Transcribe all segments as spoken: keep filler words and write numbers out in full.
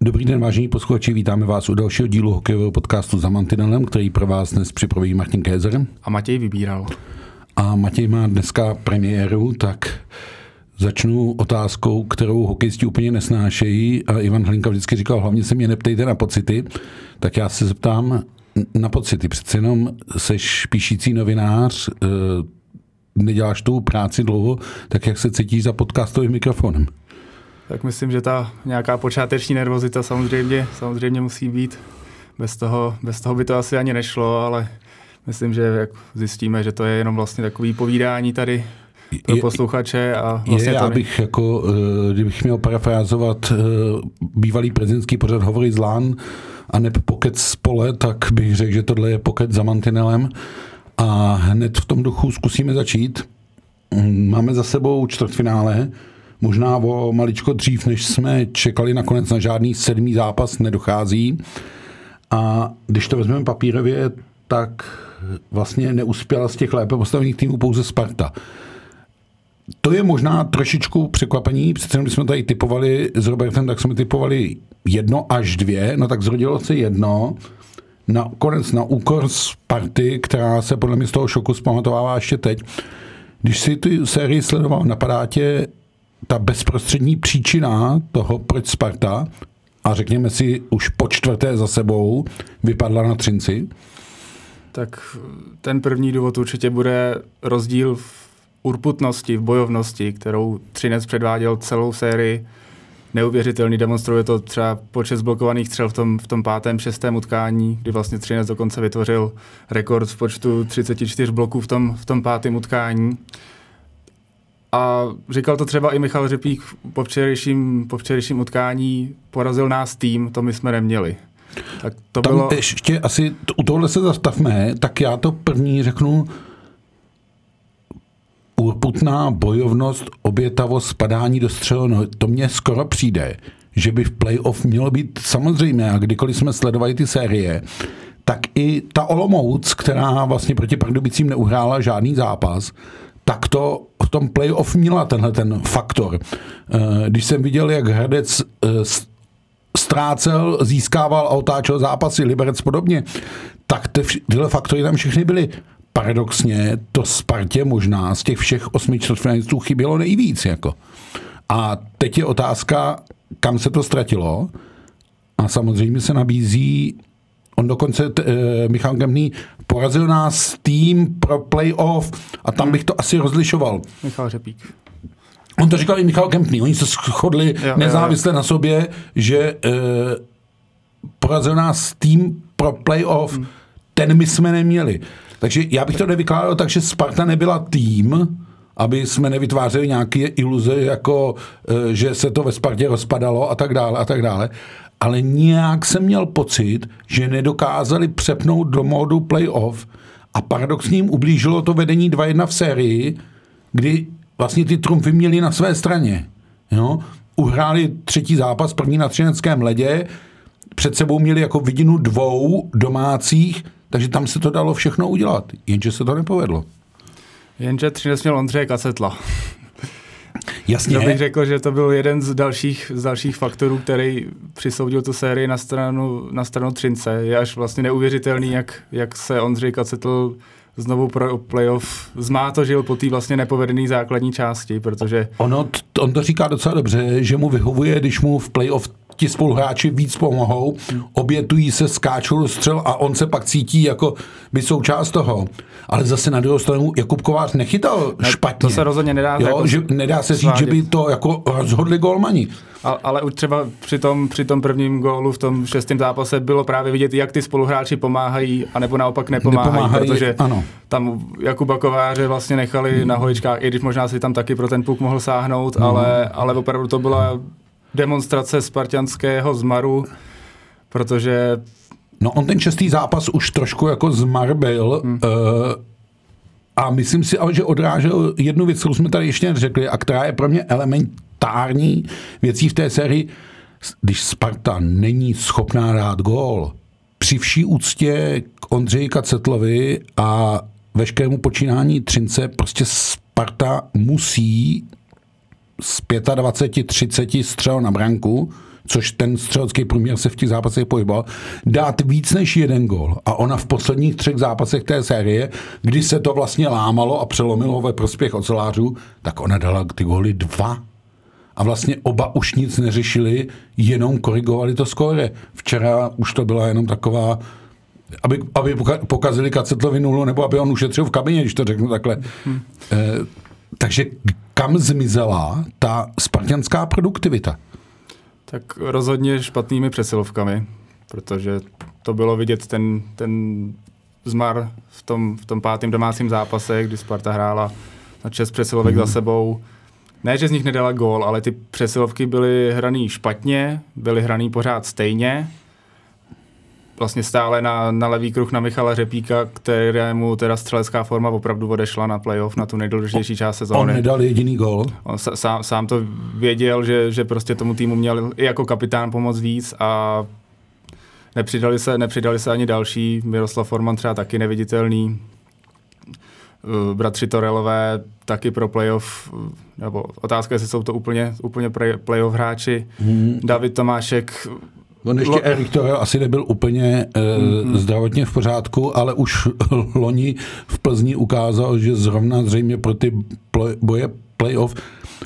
Dobrý den, vážení posluchači, vítáme vás u dalšího dílu hokejového podcastu Za mantinelem, který pro vás dnes připraví Martin Kézer. A Matěj Vybíral. A Matěj má dneska premiéru, tak začnu otázkou, kterou hokejisti úplně nesnášejí. A Ivan Hlinka vždycky říkal, hlavně se mě neptejte na pocity, tak já se zeptám na pocity. Přece jenom seš píšící novinář, neděláš tu práci dlouho, tak jak se cítíš za podcastovým mikrofonem? Tak myslím, že ta nějaká počáteční nervozita samozřejmě, samozřejmě musí být. Bez toho, bez toho by to asi ani nešlo, ale myslím, že jak zjistíme, že to je jenom vlastně takový povídání tady pro posluchače. A vlastně je, to já bych jako, kdybych měl parafrázovat bývalý prezidentský pořad Hovory z lán a ne pokec z pole, tak bych řekl, že tohle je pokec za mantinelem. A hned v tom duchu zkusíme začít. Máme za sebou čtvrtfinále, možná o maličko dřív, než jsme čekali, nakonec na žádný sedmý zápas nedochází. A když to vezmeme papírově, tak vlastně neuspěla z těch lépe postavených týmů pouze Sparta. To je možná trošičku překvapení, přece když jsme tady typovali s Robertem, tak jsme typovali jedno až dvě, no tak zrodilo se jedno, nakonec na úkor Sparty, která se podle mě z toho šoku zpamatovává ještě teď. Když si tu sérii sledoval, napadá tě ta bezprostřední příčina toho, proč Sparta, a řekněme si už po čtvrté za sebou, vypadla na Třinci? Tak ten první důvod určitě bude rozdíl v urputnosti, v bojovnosti, kterou Třinec předváděl celou sérii. Neuvěřitelný, demonstruje to třeba počet zblokovaných střel v tom, v tom pátém, šestém utkání, kdy vlastně Třinec dokonce vytvořil rekord v počtu třicet čtyři bloků v tom, v tom pátém utkání. A říkal to třeba i Michal Řepík po včerejším, po včerejším utkání, porazil nás tým, to my jsme neměli. Tak to Tam bylo... ještě asi, u tohle se zastavme, tak já to první řeknu, urputná bojovnost, obětavost, spadání do střelu, no, to mně skoro přijde, že by v playoff mělo být samozřejmě, a kdykoliv jsme sledovali ty série, tak i ta Olomouc, která vlastně proti Pardubicím neuhrála žádný zápas, tak to v tom playoff měla tenhle ten faktor. Když jsem viděl, jak Hradec ztrácel, získával a otáčel zápasy, Liberec podobně, tak tyhle faktory tam všechny byly. Paradoxně to Spartě možná z těch všech osmi čtvrtfinalistů chybělo nejvíc. Jako. A teď je otázka, kam se to ztratilo. A samozřejmě se nabízí, on dokonce, t, e, Michal Kempný porazil nás tým pro playoff a tam bych to asi rozlišoval. Michal Řepík. On to říkal i Michal Kempný. Oni se shodli jo, nezávisle jo, jo. na sobě, že e, porazil nás tým pro playoff, hmm. ten my jsme neměli. Takže já bych to nevykládal tak, že Sparta nebyla tým, aby jsme nevytvářeli nějaké iluze, jako že se to ve Spartě rozpadalo a tak dále a tak dále. Ale nějak jsem měl pocit, že nedokázali přepnout do módu playoff a paradoxně jim ublížilo to vedení dva jedna v sérii, kdy vlastně ty trumfy měli na své straně. Jo? Uhráli třetí zápas, první na třineckém ledě, před sebou měli jako vidinu dvou domácích, takže tam se to dalo všechno udělat, jenže se to nepovedlo. Jenže Třinec měl Ondřeje Kacetla. Jasně. Já bych řekl, že to byl jeden z dalších, z dalších faktorů, který přisoudil tu sérii na stranu, na stranu Třince. Je až vlastně neuvěřitelný, jak, jak se Ondřej Kacetl znovu pro playoff zmátožil po té vlastně nepovedené základní části, protože... Ono, on to říká docela dobře, že mu vyhovuje, když mu v playoff ti spoluhráči víc pomohou, obětují se, skáčou do střel a on se pak cítí jako by součást toho. Ale zase na druhou stranu Jakub Kovář nechytal ne, špatně. To se rozhodně nedá. Jo, jako že nedá se říct, že by to jako rozhodli gólmani. A, ale už třeba při tom, při tom prvním gólu v tom šestém zápase bylo právě vidět, jak ty spoluhráči pomáhají, anebo naopak nepomáhají, nepomáhají protože ano. Tam Jakuba Kováře vlastně nechali hmm. na holičkách, i když možná si tam taky pro ten puk mohl sáhnout, hmm. ale, ale opravdu to byla demonstrace spartanského zmaru, protože... No on ten šestý zápas už trošku jako zmar byl hmm. uh, a myslím si ale, že odrážel jednu věc, kterou jsme tady ještě neřekli a která je pro mě elementární věcí v té sérii. Když Sparta není schopná dát gól, při vší úctě k Ondřeji Kacetlovi a veškerému počínání Třince, prostě Sparta musí z dvacet pět třicet střel na branku což ten střelecký průměr se v těch zápasech pohyboval, dát víc než jeden gól. A ona v posledních třech zápasech té série, kdy se to vlastně lámalo a přelomilo ve prospěch ocelářů, tak ona dala ty góly dva. A vlastně oba už nic neřešili, jenom korigovali to skóre. Včera už to byla jenom taková, aby, aby pokazili Kacetlovi nulu, nebo aby on ušetřil v kabině, když to řeknu takhle. Hmm. E, takže kam zmizela ta spartanská produktivita? Tak rozhodně špatnými přesilovkami, protože to bylo vidět ten, ten zmar v tom, v tom pátém domácím zápase, kdy Sparta hrála na šest přesilovek hmm. za sebou. Ne, že z nich nedala gól, ale ty přesilovky byly hraný špatně, byly hraný pořád stejně. Vlastně stále na, na levý kruh na Michala Řepíka, kterému teda střelecká forma opravdu odešla na playoff, na tu nejdůležitější část sezóny. On nedal jediný gól. On sám, sám to věděl, že, že prostě tomu týmu měl i jako kapitán pomoct víc a nepřidali se, nepřidali se ani další. Miroslav Forman třeba taky neviditelný. Bratři Torelové taky pro playoff, nebo otázka, jestli jsou to úplně, úplně playoff hráči. Hmm. David Tomášek. On ještě Lo... Erik Torel asi nebyl úplně e, hmm. zdravotně v pořádku, ale už loni v Plzni ukázal, že zrovna zřejmě pro ty play, boje playoff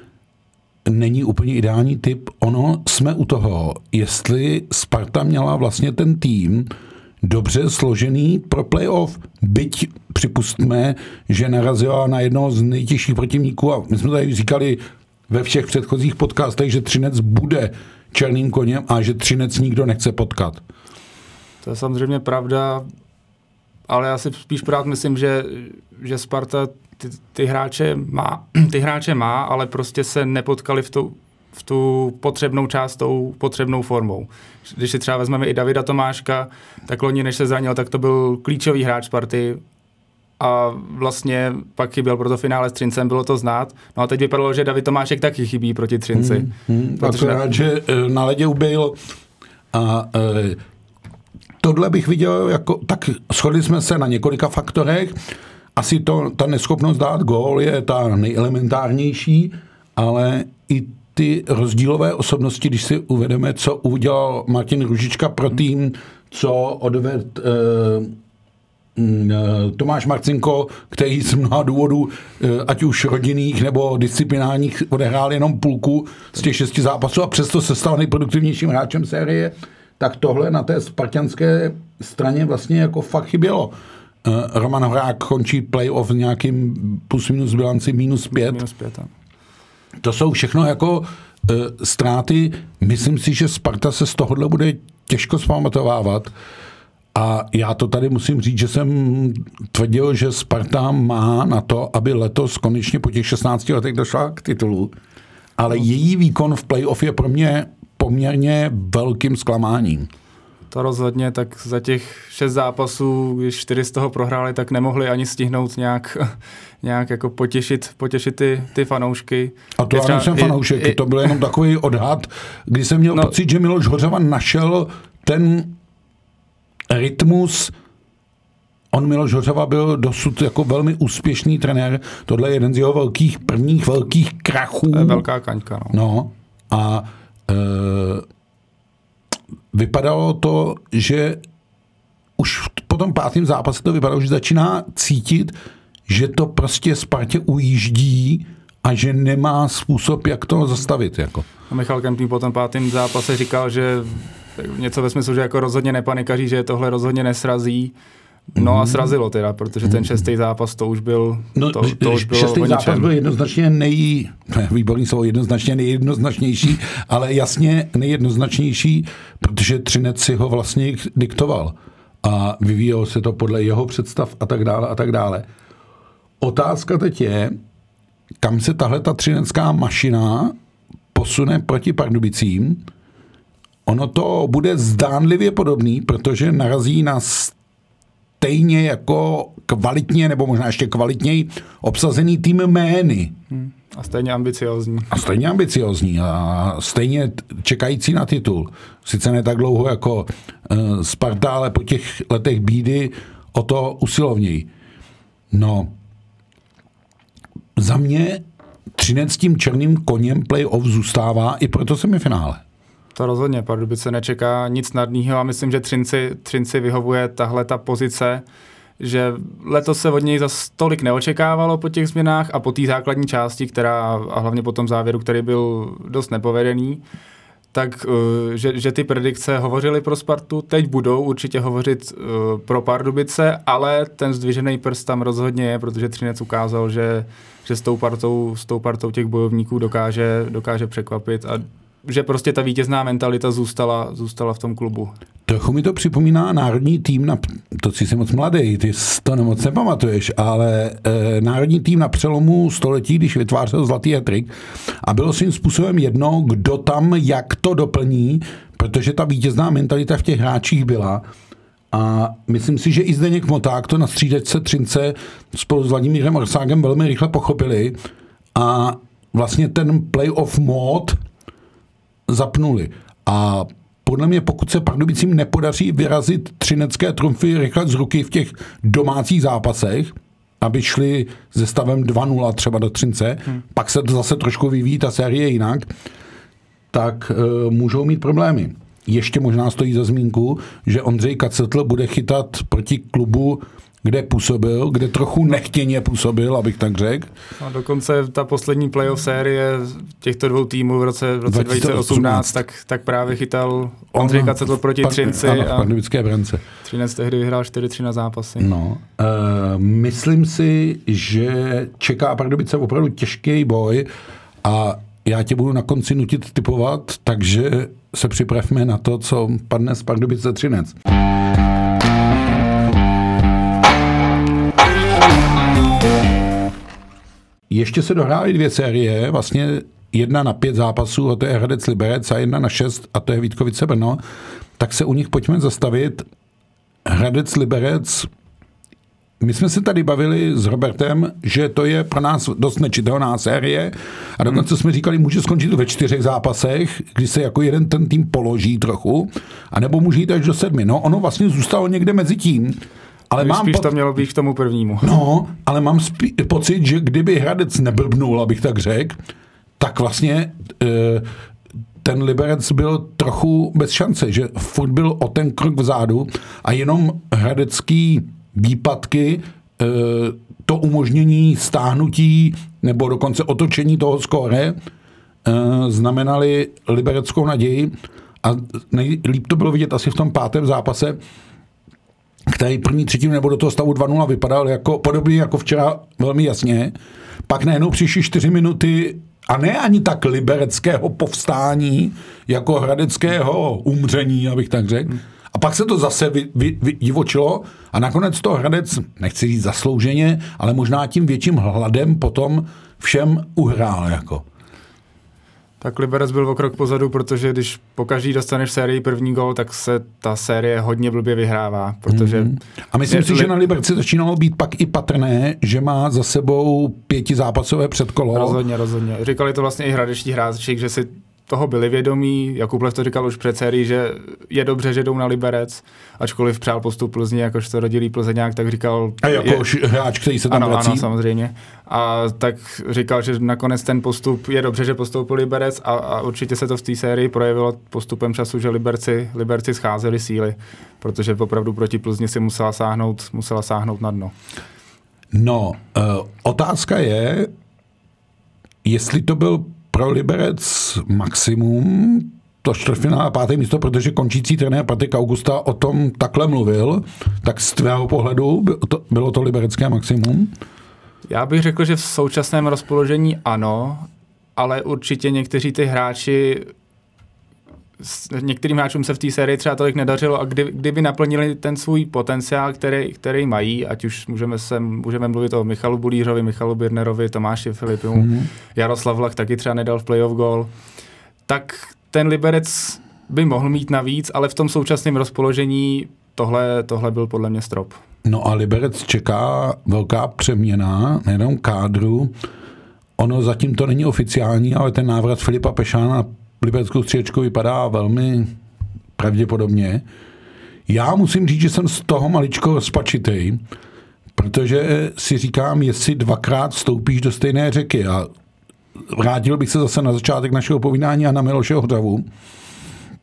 není úplně ideální typ. Ono jsme u toho, jestli Sparta měla vlastně ten tým dobře složený pro playoff, byť připustme, že narazila na jednoho z nejtěžších protivníků a my jsme tady říkali ve všech předchozích podcastech, že Třinec bude černým koněm a že Třinec nikdo nechce potkat. To je samozřejmě pravda, ale já si spíš právě myslím, že, že Sparta ty, ty, hráče má, ty hráče má, ale prostě se nepotkali v tu, v tu potřebnou část, tou potřebnou formou. Když si třeba vezmeme i Davida Tomáška, tak loni, než se zranil, tak to byl klíčový hráč Sparty a vlastně pak chyběl pro to finále s Třincem, bylo to znát. No a teď vypadalo, že David Tomášek taky chybí proti Třinci. Hmm, hmm, akorát, na... že na ledě ubyl a e, tohle bych viděl jako, tak shodli jsme se na několika faktorech. Asi to, ta neschopnost dát gól je ta nejelementárnější, ale i ty rozdílové osobnosti, když si uvedeme, co udělal Martin Růžička pro tým, co odvedl e, Tomáš Marcinko, který z mnoha důvodů, ať už rodinných nebo disciplinárních, odehrál jenom půlku z těch šesti zápasů a přesto se stal nejproduktivnějším hráčem série, tak tohle na té spartanské straně vlastně jako fakt chybělo. Roman Horák končí playoff s nějakým plus minus bilanci minus pět. Minus pět. To jsou všechno jako uh, ztráty. Myslím si, že Sparta se z tohohle bude těžko zpamatovávat. A já to tady musím říct, že jsem tvrdil, že Sparta má na to, aby letos konečně po těch šestnácti letech došla k titulu. Ale no. její výkon v playoff je pro mě poměrně velkým zklamáním. To rozhodně, tak za těch šest zápasů, když čtyři z toho prohráli, tak nemohli ani stihnout nějak, nějak jako potěšit, potěšit ty, ty fanoušky. A to já nejsem fanoušek, i, to byl jenom takový odhad, kdy jsem měl no, pocit, že Miloš Hořava našel ten rytmus. On, Miloš Hořava, byl dosud jako velmi úspěšný trenér. Tohle je jeden z jeho velkých, prvních velkých krachů. To je velká kaňka. No, no a e, vypadalo to, že už po tom pátém zápase to vypadalo, že začíná cítit, že to prostě Spartě ujíždí a že nemá způsob, jak to zastavit. Jako. A Michal Kempný po tom pátém zápase říkal, že něco ve smyslu, že jako rozhodně nepanikaří, že tohle rozhodně nesrazí. No mm. a srazilo teda, protože ten šestý zápas to už byl no, to, to už bylo šestý zápas byl jednoznačně nej... Výborný slovo, jednoznačně nejjednoznačnější, ale jasně nejjednoznačnější, protože Třinec si ho vlastně diktoval. A vyvíjelo se to podle jeho představ a tak dále a tak dále. Otázka teď je, kam se tahle ta třinecká mašina posune proti Pardubicím. Ono to bude zdánlivě podobný, protože narazí na stejně jako kvalitně, nebo možná ještě kvalitněji obsazený tým Mény. Hmm. A stejně ambiciozní. A stejně ambiciozní a stejně čekající na titul. Sice ne tak dlouho jako uh, Sparta, ale po těch letech bídy o to usilovněji. No, za mě Třinec tím černým koněm play-off zůstává i proto semifinále. To rozhodně, Pardubice nečeká nic snadného a myslím, že Třinci, Třinci vyhovuje tahle ta pozice, že letos se od něj zas tolik neočekávalo po těch změnách a po té základní části, která a hlavně po tom závěru, který byl dost nepovedený, tak že, že ty predikce hovořily pro Spartu, teď budou určitě hovořit uh, pro Pardubice, ale ten zdvižený prst tam rozhodně je, protože Třinec ukázal, že, že s tou partou, s tou partou těch bojovníků dokáže, dokáže překvapit a že prostě ta vítězná mentalita zůstala, zůstala v tom klubu. Trochu mi to připomíná národní tým, na, to jsi moc mladý, ty to nemoc nepamatuješ, ale e, národní tým na přelomu století, když vytvářel zlatý hat-trick a bylo svým způsobem jedno, kdo tam jak to doplní, protože ta vítězná mentalita v těch hráčích byla. A myslím si, že i Zdeněk Moták to na střídačce Třince spolu s Vladimírem Orságem velmi rychle pochopili a vlastně ten playoff mód zapnuli. A podle mě, pokud se Pardubicím nepodaří vyrazit třinecké trumfy rychle z ruky v těch domácích zápasech, aby šli se stavem dva nula třeba do Třince, hmm. pak se to zase trošku vyvíjí ta série jinak, tak e, můžou mít problémy. Ještě možná stojí za zmínku, že Ondřej Kacetl bude chytat proti klubu, kde působil, kde trochu nechtěně působil, abych tak řekl. A dokonce ta poslední playoff série těchto dvou týmů v roce, v roce dva tisíce osmnáct, tak, tak právě chytal Ondřej Kacetl proti pa, Třinci. Ano, v pardubické brance. Třinec tehdy vyhrál čtyři tři na zápasy. No, uh, myslím si, že čeká Pardubice opravdu těžký boj a já tě budu na konci nutit tipovat, takže se připravme na to, co padne z Pardubice Třinec. Ještě se dohrály dvě série, vlastně jedna na pět zápasů, a to je Hradec Liberec, a jedna na šest, a to je Vítkovice Brno. Tak se u nich pojďme zastavit. Hradec Liberec, my jsme se tady bavili s Robertem, že to je pro nás dost nečitelná série a dokonce jsme říkali, může skončit ve čtyřech zápasech, kdy se jako jeden ten tým položí trochu, anebo může jít až do sedmi. No, ono vlastně zůstalo někde mezi tím. Ale mám spíš pot... to mělo být k tomu prvnímu. No, ale mám spí... pocit, že kdyby Hradec neblbnul, abych tak řekl, tak vlastně e, ten Liberec byl trochu bez šance, že furt byl o ten krok vzadu a jenom hradecký výpadky, e, to umožnění stáhnutí nebo dokonce otočení toho skóre e, znamenali libereckou naději a nejlíp to bylo vidět asi v tom pátém zápase, který první třetinu nebo do toho stavu dva nula vypadal jako, podobně jako včera velmi jasně. Pak najednou přišly čtyři minuty a ne ani tak libereckého povstání, jako hradeckého umření, abych tak řekl. A pak se to zase vy, vy, vy, divočilo a nakonec to Hradec, nechci říct zaslouženě, ale možná tím větším hladem potom všem uhrál. Jako. Tak Liberec byl o krok pozadu, protože když pokaždý dostaneš sérii první gól, tak se ta série hodně blbě vyhrává, protože... Mm-hmm. A myslím je, si, li... že na Liberci začínalo být pak i patrné, že má za sebou pětizápasové předkolo. Rozhodně, rozhodně. Říkali to vlastně i hradečtí hráči, že si toho byli vědomí. Jakub Lev to říkal už před sérií, že je dobře, že jdou na Liberec, ačkoliv přál postup Plzni, jakož to rodilý Plzeňák, tak říkal... A jako je... hráč, který se tam ano, vrací. Ano, samozřejmě. A tak říkal, že nakonec ten postup je dobře, že postoupil Liberec a, a určitě se to v té sérii projevilo postupem času, že Liberci, Liberci scházeli síly, protože opravdu proti Plzni si musela sáhnout, musela sáhnout na dno. No, uh, otázka je, jestli to byl pro Liberec maximum, to čtvrtfinále a páté místo, protože končící trenér Patrik Augusta o tom takhle mluvil, tak z tvého pohledu to, bylo to liberecké maximum? Já bych řekl, že v současném rozpoložení ano, ale určitě někteří ty hráči, některým hráčům se v té sérii třeba tolik nedařilo a kdy, kdyby naplnili ten svůj potenciál, který, který mají, ať už můžeme, se, můžeme mluvit o Michalu Bulířovi, Michalu Birnerovi, Tomáši Filipimu, mm-hmm. Jaroslav Lach taky třeba nedal v playoff gól, tak ten Liberec by mohl mít navíc, ale v tom současném rozpoložení tohle, tohle byl podle mě strop. No a Liberec čeká velká přeměna, nejenom kádru. Ono zatím to není oficiální, ale ten návrat Filipa Pešána na libereckou střídačku vypadá velmi pravděpodobně. Já musím říct, že jsem z toho maličko rozpačitej, protože si říkám, jestli dvakrát vstoupíš do stejné řeky a vrátil bych se zase na začátek našeho povídání a na Miloše Hořavu,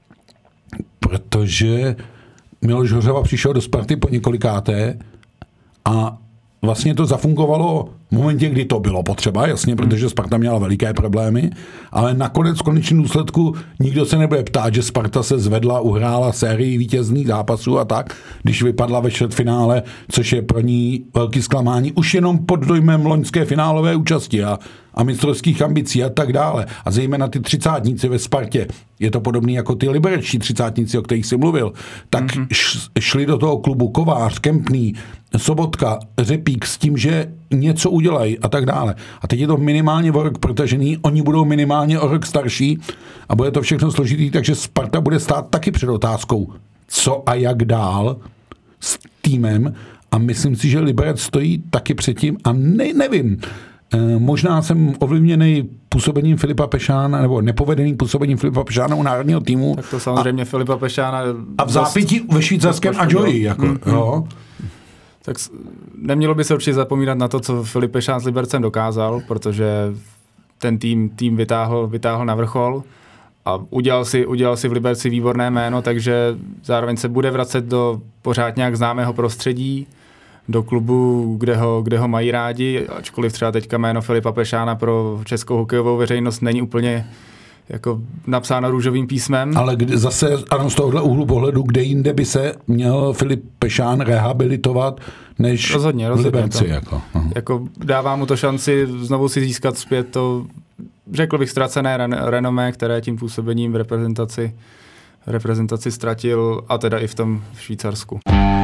protože Miloš Hořava přišel do Sparty po několikáté a vlastně to zafungovalo v momentě, kdy to bylo potřeba, jasně, protože Sparta měla veliké problémy, ale nakonec v konečném důsledku nikdo se nebude ptát, že Sparta se zvedla, uhrála sérii vítězných zápasů a tak, když vypadla ve čtvrtfinále, což je pro ní velký zklamání, už jenom pod dojmem loňské finálové účasti a, a mistrovských ambicí a tak dále. A zejména ty třicátníci ve Spartě, je to podobný jako ty liberečtí třicátníci, o kterých jsi mluvil, tak mm-hmm. šli do toho klubu Kovář, Kempný, Sobotka, Řepík s tím, že něco udělají a tak dále. A teď je to minimálně o rok protažený, oni budou minimálně o rok starší a bude to všechno složitý, takže Sparta bude stát taky před otázkou, co a jak dál s týmem a myslím si, že Liberec stojí taky předtím a ne, nevím, e, možná jsem ovlivněný působením Filipa Pešána nebo nepovedeným působením Filipa Pešána u národního týmu. Tak to samozřejmě a, Filipa Pešána a v zápětí ve švýcarském Adjoyi, jako, mm, jo. Tak nemělo by se určitě zapomínat na to, co Filip Pešán s Libercem dokázal, protože ten tým, tým vytáhl, vytáhl na vrchol a udělal si, udělal si v Liberci výborné jméno, takže zároveň se bude vracet do pořád nějak známého prostředí, do klubu, kde ho, kde ho mají rádi, ačkoliv třeba teďka jméno Filipa Pešána pro českou hokejovou veřejnost není úplně jako napsáno růžovým písmem. Ale kdy, zase ano, z tohohle úhlu pohledu, kde jinde by se měl Filip Pešán rehabilitovat, než rozhodně, rozhodně v Liberci. To, jako. jako dává mu to šanci znovu si získat zpět to, řekl bych, ztracené renomé, které tím působením v reprezentaci, reprezentaci ztratil, a teda i v tom v Švýcarsku.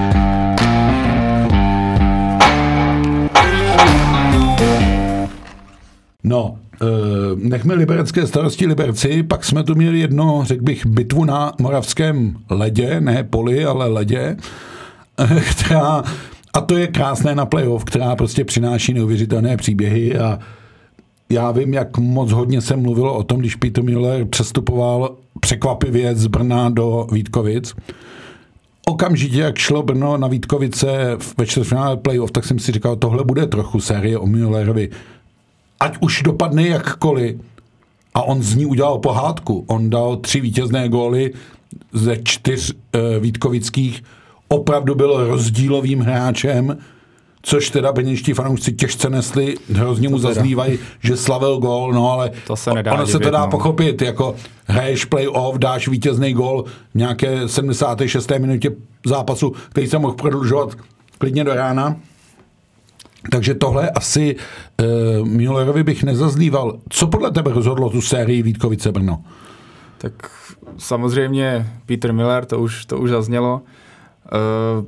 No, nechme liberecké starosti Liberci, pak jsme tu měli jedno, řekl bych, bitvu na moravském ledě, ne poli, ale ledě, která, a to je krásné na playoff, která prostě přináší neuvěřitelné příběhy a já vím, jak moc hodně se mluvilo o tom, když Peter Müller přestupoval překvapivě z Brna do Vítkovic. Okamžitě, jak šlo Brno na Vítkovice ve čtvrtfinále playoff, tak jsem si říkal, tohle bude trochu série o Müllerovi. Ať už dopadne jakkoliv. A on z ní udělal pohádku. On dal tři vítězné góly ze čtyř e, vítkovických. Opravdu byl rozdílovým hráčem, což teda brněnští fanoušci těžce nesli. Hrozně mu zazlívají, že slavil gól, no ale to se nedá ono divit, se to dá no. pochopit. Jako hraješ play-off, dáš vítězný gól v nějaké sedmdesáté šesté minutě zápasu, který se mohl prodlužovat klidně do rána. Takže tohle asi uh, Müllerovi bych nezazlíval. Co podle tebe rozhodlo tu sérii Vítkovice Brno? Tak samozřejmě Peter Müller, to už, to už zaznělo. Uh,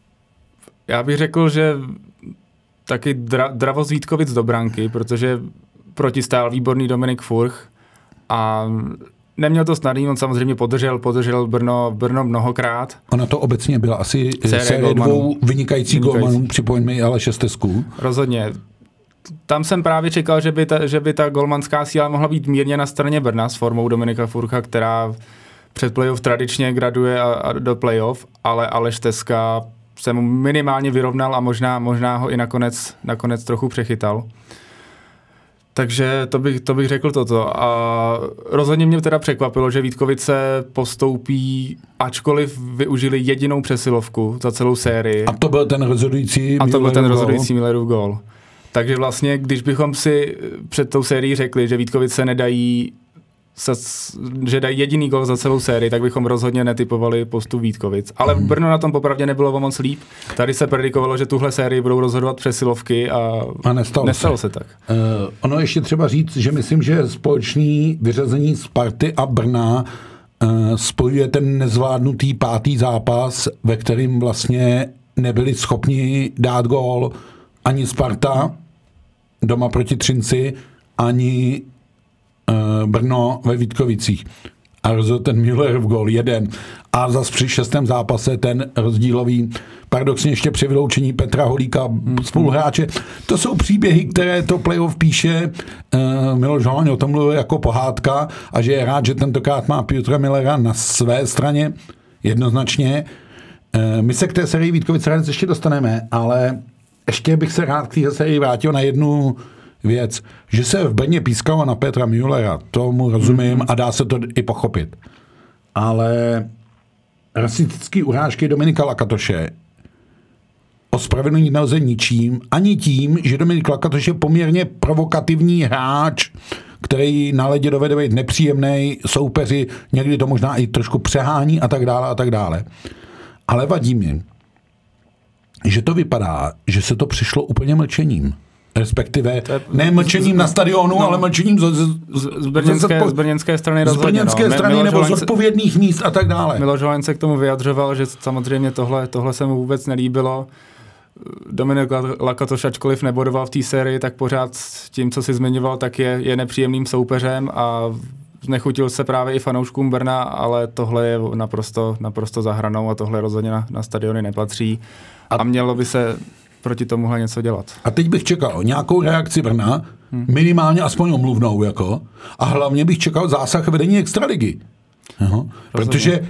já bych řekl, že taky dra, dravost Vítkovic do branky, protože protistál výborný Dominik Furch a neměl to snadný, on samozřejmě podržel, podržel Brno, Brno mnohokrát. Ona to obecně byla asi série dvou vynikajících golmanů, připomeňme i Aleše Stesku. Rozhodně. Tam jsem právě čekal, že by ta, že by ta golmanská síla mohla být mírně na straně Brna s formou Dominika Furcha, která před playoff tradičně graduje a, a do playoff, ale Aleš Steska se mu minimálně vyrovnal a možná, možná ho i nakonec, nakonec trochu přechytal. Takže to bych, to bych řekl toto. A rozhodně mě teda překvapilo, že Vítkovice postoupí, ačkoliv využili jedinou přesilovku za celou sérii. A to byl ten rozhodující A to byl ten rozhodující Müllerův gól. Takže vlastně, když bychom si před tou sérií řekli, že Vítkovice nedají, že dají jediný gól za celou sérii, tak bychom rozhodně netypovali postup Vítkovic. Ale v Brno na tom popravdě nebylo o moc líp. Tady se predikovalo, že tuhle sérii budou rozhodovat přesilovky a, a nestalo, nestalo se. se tak. Uh, ono ještě třeba říct, že myslím, že společný vyřazení Sparty a Brna uh, spojuje ten nezvládnutý pátý zápas, ve kterým vlastně nebyli schopni dát gól ani Sparta doma proti Třinci, ani Brno ve Vítkovicích. A rozhodl ten Müllerův gól jeden. A zas při šestém zápase ten rozdílový, paradoxně ještě při vyloučení Petra Holíka spoluhráče. To jsou příběhy, které to playoff píše. Uh, Miloš Holáň o tom mluvil jako pohádka a že je rád, že tentokrát má Petra Müllera na své straně jednoznačně. Uh, my se k té sérii Vítkovice Hradec ještě dostaneme, ale ještě bych se rád k té sérii vrátil na jednu věc, že se v Brně pískalo na Petra Müllera, tomu rozumím mm-hmm. a dá se to i pochopit. Ale rasistické urážky Dominika Lakatoše ospravedlnit nelze ničím, ani tím, že Dominik Lakatoš je poměrně provokativní hráč, který na ledě dovede být nepříjemný, soupeři někdy to možná i trošku přehání a tak dále a tak dále. Ale vadí mi, že to vypadá, že se to přišlo úplně mlčením. Respektive je, ne mlčením z, na stadionu, no, ale mlčením z, z, z, brněnské, z brněnské strany rozhodně. Z brněnské no. strany Miloš nebo Holeň, z odpovědných míst a tak dále. Miloš Holeň se k tomu vyjadřoval, že samozřejmě tohle, tohle se mu vůbec nelíbilo. Dominik Lakatoš, ačkoliv nebodoval v té sérii, tak pořád tím, co si zmiňoval, tak je, je nepříjemným soupeřem a znechutil se právě i fanouškům Brna, ale tohle je naprosto, naprosto za hranou a tohle rozhodně na, na stadiony nepatří. A, a mělo by se proti tomuhle něco dělat. A teď bych čekal nějakou reakci Brna, hmm. minimálně aspoň omluvnou, jako, a hlavně bych čekal zásah vedení extraligy. Aha, protože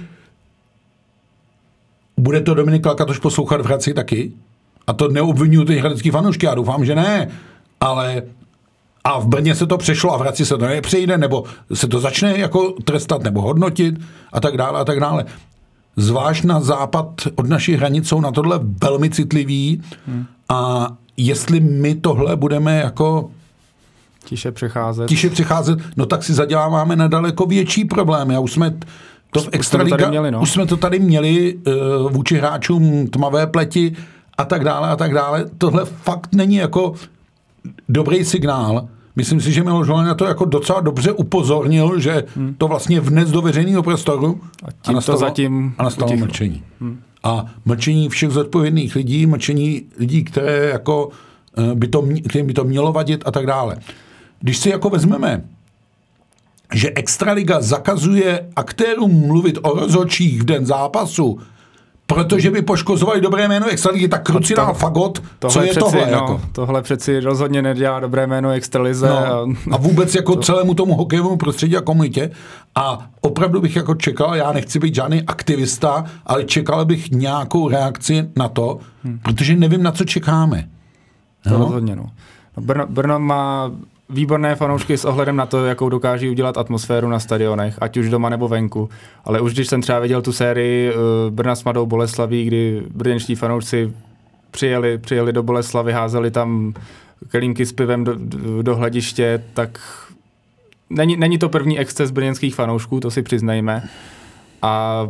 bude to Dominik Lakatoš poslouchat v Hradci taky? A to neobvinuju ty hradecký fanoušky, já doufám, že ne, ale a v Brně se to přešlo a v Hradci se to nepřejde, nebo se to začne jako trestat, nebo hodnotit a tak dále a tak dále. Zvlášť na západ od našich hranic jsou na tohle velmi citliví hmm. a jestli my tohle budeme jako tiše přecházet, tiše přecházet, no tak si zaděláváme na daleko větší problémy. A už jsme to v extraliga, měli, no. už jsme to tady měli uh, vůči hráčům tmavé pleti a tak dále a tak dále. Tohle fakt není jako dobrý signál. Myslím si, že Miloš Holeň na to jako docela dobře upozornil, že hmm. to vlastně vnes do veřejného prostoru a, a nastalo, to zatím a nastalo mlčení. Hmm. A mlčení všech zodpovědných lidí, mlčení lidí, které jako by to, kterým by to mělo vadit a tak dále. Když si jako vezmeme, že Extraliga zakazuje aktérům mluvit o rozhodčích v den zápasu, protože by poškozovali dobré jméno Extraligy, tak kruci dál fagot, co je přeci, tohle? No, jako? Tohle přeci rozhodně nedělá dobré jméno Extralize. No, a, a vůbec jako to... celému tomu hokejovému prostředí a komunitě. A opravdu bych jako čekal, já nechci být žádný aktivista, ale čekal bych nějakou reakci na to, hmm. protože nevím, na co čekáme. To no? rozhodně, no. Brno, Brno má výborné fanoušky s ohledem na to, jakou dokáží udělat atmosféru na stadionech, ať už doma nebo venku. Ale už když jsem třeba viděl tu sérii uh, Brna s Mladou Boleslaví, kdy brněnští fanoušci přijeli, přijeli do Boleslavy, házeli tam kelímky s pivem do, do, do hlediště, tak není, není to první exces brněnských fanoušků, to si přiznejme. A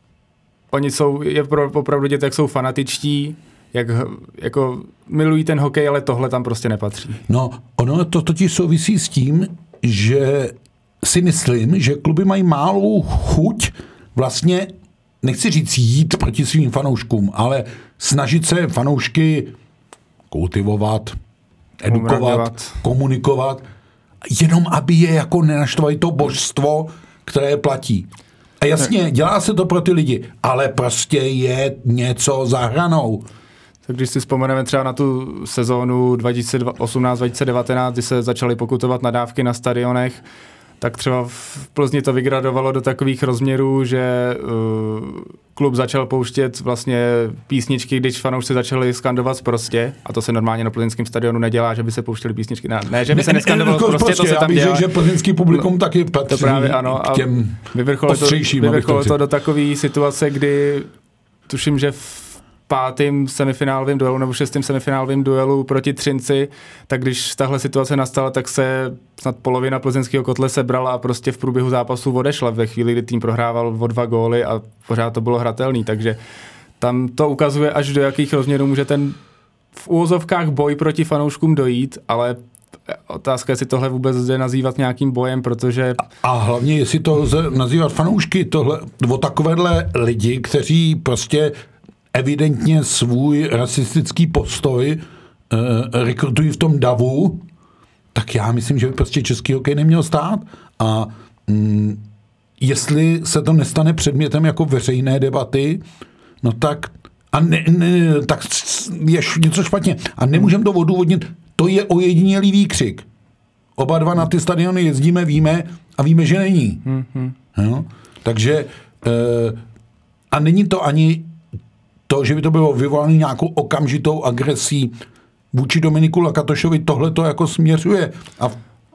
oni jsou, je opravdu vidět, jak jsou fanatičtí, jak jako milují ten hokej, ale tohle tam prostě nepatří. No, ono to totiž souvisí s tím, že si myslím, že kluby mají malou chuť vlastně, nechci říct jít proti svým fanouškům, ale snažit se fanoušky kultivovat, edukovat, Umravňovat. komunikovat, jenom aby je jako nenaštvali to božstvo, které platí. A jasně, dělá se to pro ty lidi, ale prostě je něco za hranou. Tak když si vzpomeneme třeba na tu sezónu dva tisíce osmnáct dva tisíce devatenáct, kdy se začaly pokutovat nadávky na stadionech, tak třeba v Plzni to vygradovalo do takových rozměrů, že uh, klub začal pouštět vlastně písničky, když fanoušci začali skandovat sprostě, a to se normálně na plzeňském stadionu nedělá, že by se pouštěli písničky. Ne, ne že by se neskandovalo sprostě, prostě, to se tam dělá. Že plzeňský publikum no, taky patří to právě, ano, k těm ostřejším. Vyvrcholilo to, to do takové situace, kdy tuším, že v pátým semifinálovým duelu nebo šestým semifinálovým duelu proti Třinci, tak když tahle situace nastala, tak se snad polovina plzeňského kotle sebrala a prostě v průběhu zápasu odešla ve chvíli, kdy tým prohrával o dva góly a pořád to bylo hratelný, takže tam to ukazuje, až do jakých rozměrů může ten v úvozovkách boj proti fanouškům dojít, ale otázka, jestli tohle vůbec jde nazývat nějakým bojem, protože... A, a hlavně, jestli to lze nazývat fanoušky, tohle, o takovéhle lidi, kteří prostě evidentně svůj rasistický postoj uh, rekrutují v tom davu, tak já myslím, že by prostě český hokej neměl stát. A mm, jestli se to nestane předmětem jako veřejné debaty, no tak a ne, ne, tak je něco špatně. A nemůžeme to odůvodnit. To je ojedinělý výkřik. Oba dva na ty stadiony jezdíme, víme a víme, že není. Mm-hmm. No, takže uh, a není to ani to, že by to bylo vyvolané nějakou okamžitou agresí vůči Dominiku Lakatošovi, tohle to jako směřuje. A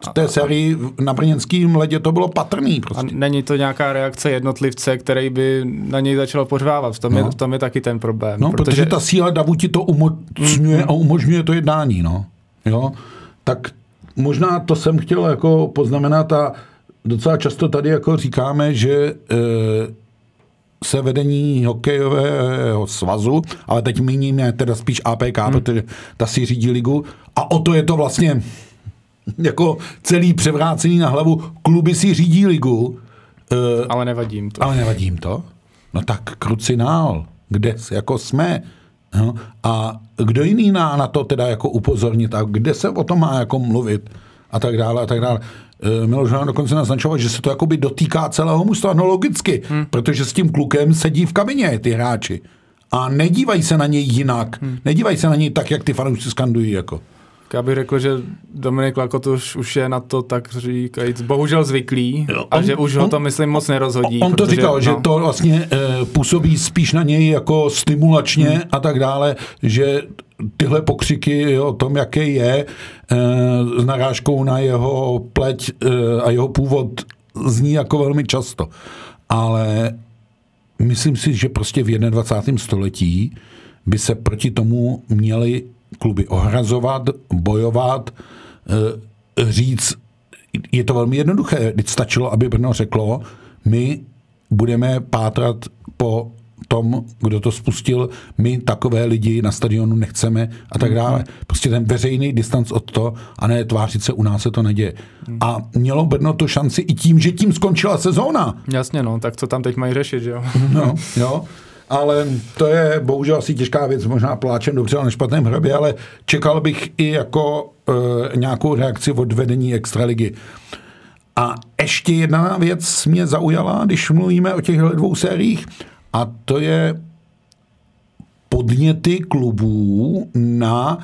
v té sérii na brněnském ledě to bylo patrný. Prostě. A není to nějaká reakce jednotlivce, který by na něj začal pořvávat. V tom, no. je, v tom je taky ten problém. No, protože, protože ta síla davu ti to umocňuje mm, a umožňuje to jednání. No. Jo? Tak možná to jsem chtěl jako poznamenat a docela často tady jako říkáme, že e, se vedení hokejového svazu, ale teď míníme teda spíš A P K, hmm. protože ta si řídí ligu a o to je to vlastně jako celý převrácený na hlavu. Kluby si řídí ligu. E, ale nevadí jim to. Ale nevadí jim to? No tak krucinál, kde jako jsme. No, a kdo jiný na, na to teda jako upozornit a kde se o tom má jako mluvit a tak dále a tak dále. E, Miloš nám dokonce naznačoval, že se to jakoby dotýká celého mužstva, no logicky, hmm. protože s tím klukem sedí v kabině ty hráči a nedívají se na něj jinak, hmm. nedívají se na něj tak, jak ty fanoušci skandují jako. Já bych řekl, že Dominik Lakotuš už je na to tak říkajíc bohužel zvyklý jo, a on, že už on, ho to myslím moc nerozhodí. On to protože, říkal, no. že to vlastně e, působí spíš na něj jako stimulačně hmm. a tak dále, že tyhle pokřiky o tom, jaký je, e, s narážkou na jeho pleť e, a jeho původ zní jako velmi často. Ale myslím si, že prostě v dvacátém prvním století by se proti tomu měli kluby ohrazovat, bojovat, říct, je to velmi jednoduché. Teď stačilo, aby Brno řeklo, my budeme pátrat po tom, kdo to spustil, my takové lidi na stadionu nechceme a tak dále. Prostě ten veřejný distanc od toho a ne tvářit se, u nás se to neděje. A mělo Brno to šanci i tím, že tím skončila sezóna. Jasně, no, tak co tam teď mají řešit, že jo? No, jo. Ale to je bohužel asi těžká věc, možná pláčem dobře, ale na špatném hrobě, ale čekal bych i jako e, nějakou reakci od vedení extraligy. A ještě jedna věc mě zaujala, když mluvíme o těchto dvou sériích, a to je podněty klubů na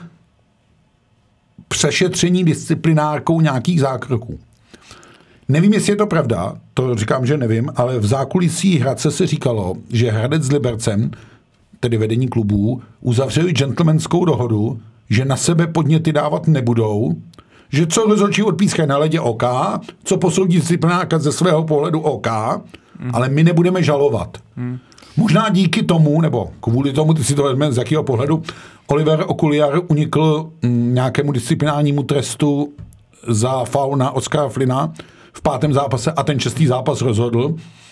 přešetření disciplinárkou nějakých zákroků. Nevím, jestli je to pravda, to říkám, že nevím, ale v zákulisí Hradce se říkalo, že Hradec s Libercem, tedy vedení klubů, uzavřeli gentlemanskou dohodu, že na sebe podněty dávat nebudou, že co rozhodčí odpískají na ledě OK, co posoudí disciplinárka ze svého pohledu OK, mm. ale my nebudeme žalovat. Mm. Možná díky tomu, nebo kvůli tomu, ty si to vezme z jakého pohledu, Oliver Okuliar unikl m, nějakému disciplinárnímu trestu za faul na Oskara Flynna v pátém zápase a ten šestý zápas rozhodl.